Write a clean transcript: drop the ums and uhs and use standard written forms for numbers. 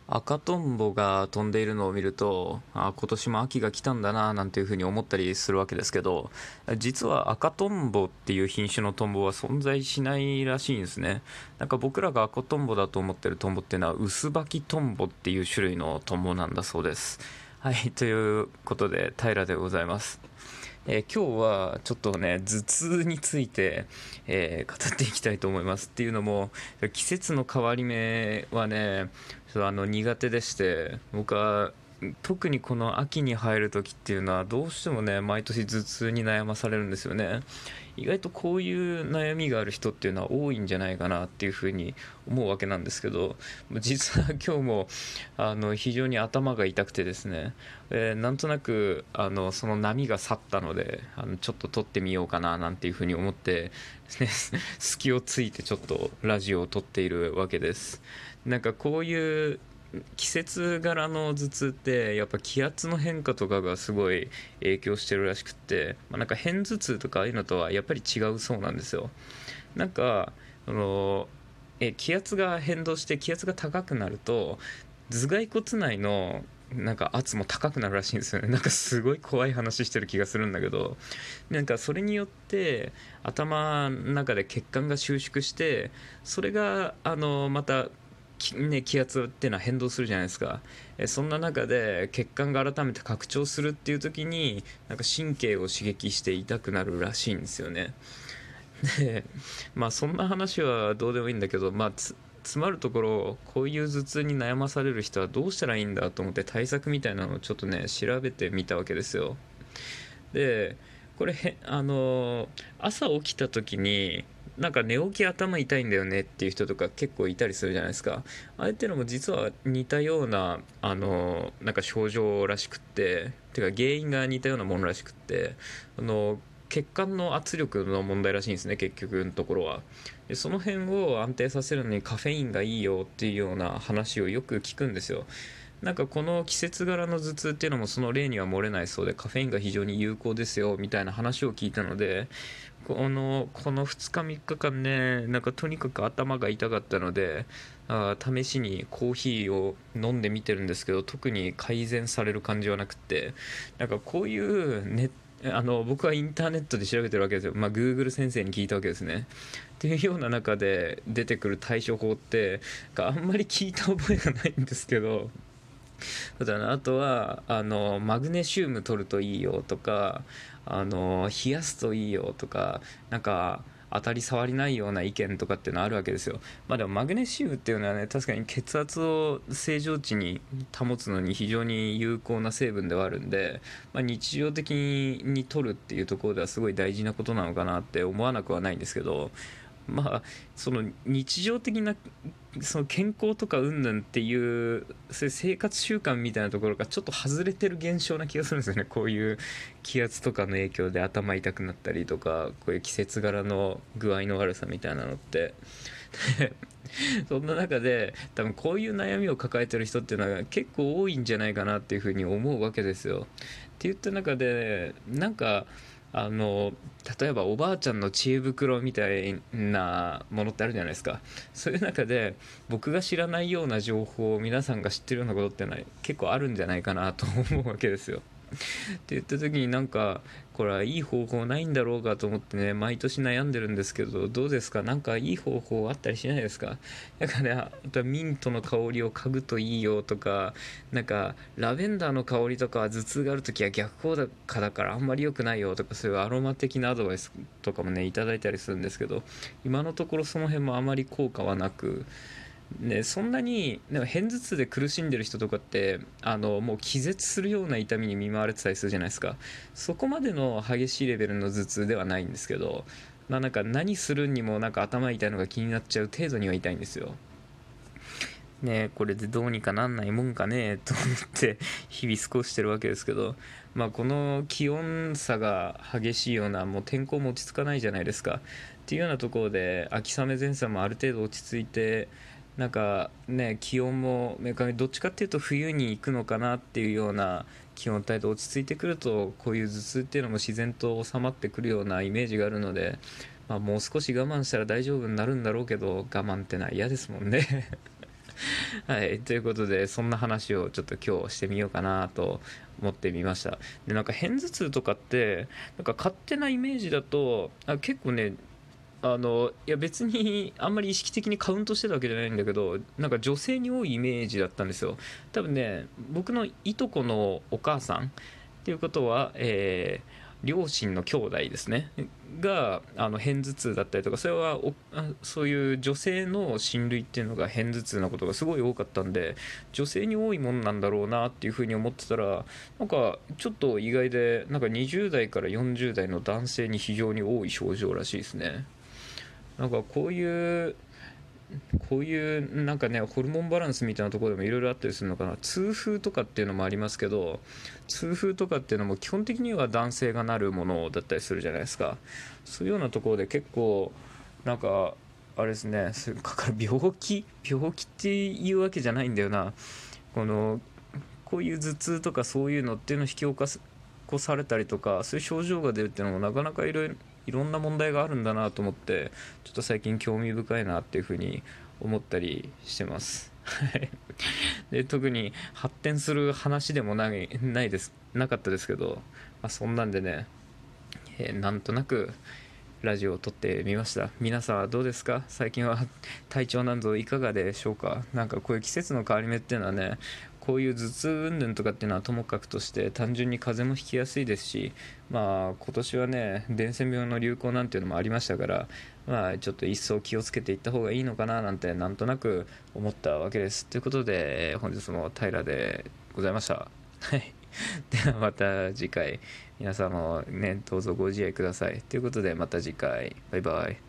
赤とんぼが飛んでいるのを見ると、今年も秋が来たんだななんていうふうに思ったりするわけですけど、実は赤とんぼっていう品種のトンボは存在しないらしいんですね。なんか僕らが赤とんぼだと思ってるトンボっていうのは薄バキトンボっていう種類のトンボなんだそうです。はい、ということで平でございます。今日はちょっとね頭痛について、語っていきたいと思います。っていうのも季節の変わり目はね苦手でして、僕は特にこの秋に入る時っていうのはどうしてもね毎年頭痛に悩まされるんですよね。意外とこういう悩みがある人っていうのは多いんじゃないかなっていうふうに思うわけなんですけど、実は今日も非常に頭が痛くてですね、なんとなくその波が去ったのでちょっと撮ってみようかななんていうふうに思ってですね隙をついてちょっとラジオを撮っているわけです。なんかこういう季節柄の頭痛ってやっぱ気圧の変化とかがすごい影響してるらしくって、なんか片頭痛とかああいうのとはやっぱり違うそうなんですよ。なんかあの気圧が変動して気圧が高くなると頭蓋骨内のなんか圧も高くなるらしいんですよね。なんかすごい怖い話してる気がするんだけど、なんかそれによって頭の中で血管が収縮して、それがまた気圧っていうのは変動するじゃないですか。そんな中で血管が改めて拡張するっていう時になんか神経を刺激して痛くなるらしいんですよね。で、そんな話はどうでもいいんだけど、詰まるところこういう頭痛に悩まされる人はどうしたらいいんだと思って対策みたいなのをちょっとね調べてみたわけですよ。でこれ朝起きた時になんか寝起き頭痛いんだよねっていう人とか結構いたりするじゃないですか。あれっていうのも実は似たようななんか症状らしくって、てか原因が似たようなものらしくって、血管の圧力の問題らしいんですね、結局のところは。でその辺を安定させるのにカフェインがいいよっていうような話をよく聞くんですよ。なんかこの季節柄の頭痛っていうのもその例には漏れないそうで、カフェインが非常に有効ですよみたいな話を聞いたので、この2日3日間ね、なんかとにかく頭が痛かったので、試しにコーヒーを飲んでみてるんですけど、特に改善される感じはなくって、なんかこういう僕はインターネットで調べてるわけですよ。Google 先生に聞いたわけですね。っていうような中で出てくる対処法ってあんまり聞いた覚えがないんですけど、そうだな。あとはマグネシウム取るといいよとか、冷やすといいよとか、なんか当たり障りないような意見とかっていうのはあるわけですよ。でもマグネシウムっていうのはね、確かに血圧を正常値に保つのに非常に有効な成分ではあるんで、日常的に取るっていうところではすごい大事なことなのかなって思わなくはないんですけど、その日常的なその健康とか云々っていうそういう生活習慣みたいなところがちょっと外れてる現象な気がするんですよね。こういう気圧とかの影響で頭痛くなったりとか、こういう季節柄の具合の悪さみたいなのってそんな中で多分こういう悩みを抱えてる人っていうのは結構多いんじゃないかなっていうふうに思うわけですよ。って言った中でなんかあの例えばおばあちゃんの知恵袋みたいなものってあるじゃないですか。そういう中で僕が知らないような情報を皆さんが知ってるようなことってのは結構あるんじゃないかなと思うわけですよ。って言った時になんかこれはいい方法ないんだろうかと思ってね毎年悩んでるんですけど、どうですか？なんかいい方法あったりしないですか？だからね、あとはミントの香りを嗅ぐといいよとか、なんかラベンダーの香りとかは頭痛がある時は逆効果だからあんまり良くないよとか、そういうアロマ的なアドバイスとかもねいただいたりするんですけど、今のところその辺もあまり効果はなく、ね、そんなになんか片頭痛で苦しんでる人とかってもう気絶するような痛みに見舞われてたりするじゃないですか。そこまでの激しいレベルの頭痛ではないんですけど、なんか何するにもなんか頭痛いのが気になっちゃう程度には痛いんですよ。ね、これでどうにかなんないもんかねと思って日々過ごしてるわけですけど、この気温差が激しいようなもう天候も落ち着かないじゃないですか。っていうようなところで秋雨前線もある程度落ち着いて、なんかね気温もどっちかっていうと冬に行くのかなっていうような気温帯で落ち着いてくると、こういう頭痛っていうのも自然と収まってくるようなイメージがあるので、もう少し我慢したら大丈夫になるんだろうけど、我慢ってのは嫌ですもんねはい、ということでそんな話をちょっと今日してみようかなと思ってみました。でなんか片頭痛とかってなんか勝手なイメージだと結構ね、いや別にあんまり意識的にカウントしてたわけじゃないんだけど、なんか女性に多いイメージだったんですよ。多分ね、僕のいとこのお母さんっていうことは、両親の兄弟ですねが片頭痛だったりとか、それはそういう女性の親類っていうのが片頭痛のことがすごい多かったんで、女性に多いもんなんだろうなっていうふうに思ってたら、なんかちょっと意外で、なんか20代から40代の男性に非常に多い症状らしいですね。なんかこういうなんかね、ホルモンバランスみたいなところでもいろいろあったりするのかな。痛風とかっていうのもありますけど、痛風とかっていうのも基本的には男性がなるものだったりするじゃないですか。そういうようなところで結構なんかあれですね、病気っていうわけじゃないんだよな。このこういう頭痛とかそういうのっていうのを引き起こされたりとか、そういう症状が出るっていうのもなかなかいろんな問題があるんだなと思って、ちょっと最近興味深いなっていうふうに思ったりしてます。で特に発展する話でもなかったですけど、そんなんでね、なんとなくラジオを撮ってみました。皆さんはどうですか？最近は体調なんぞいかがでしょうか？なんかこういう季節の変わり目っていうのはね、こういう頭痛云々とかっていうのはともかくとして、単純に風邪もひきやすいですし、今年はね伝染病の流行なんていうのもありましたから、ちょっと一層気をつけていった方がいいのかななんてなんとなく思ったわけです。ということで、本日も平でございました。はい。ではまた次回、皆さんもねどうぞご自愛ください。ということでまた次回、バイバイ。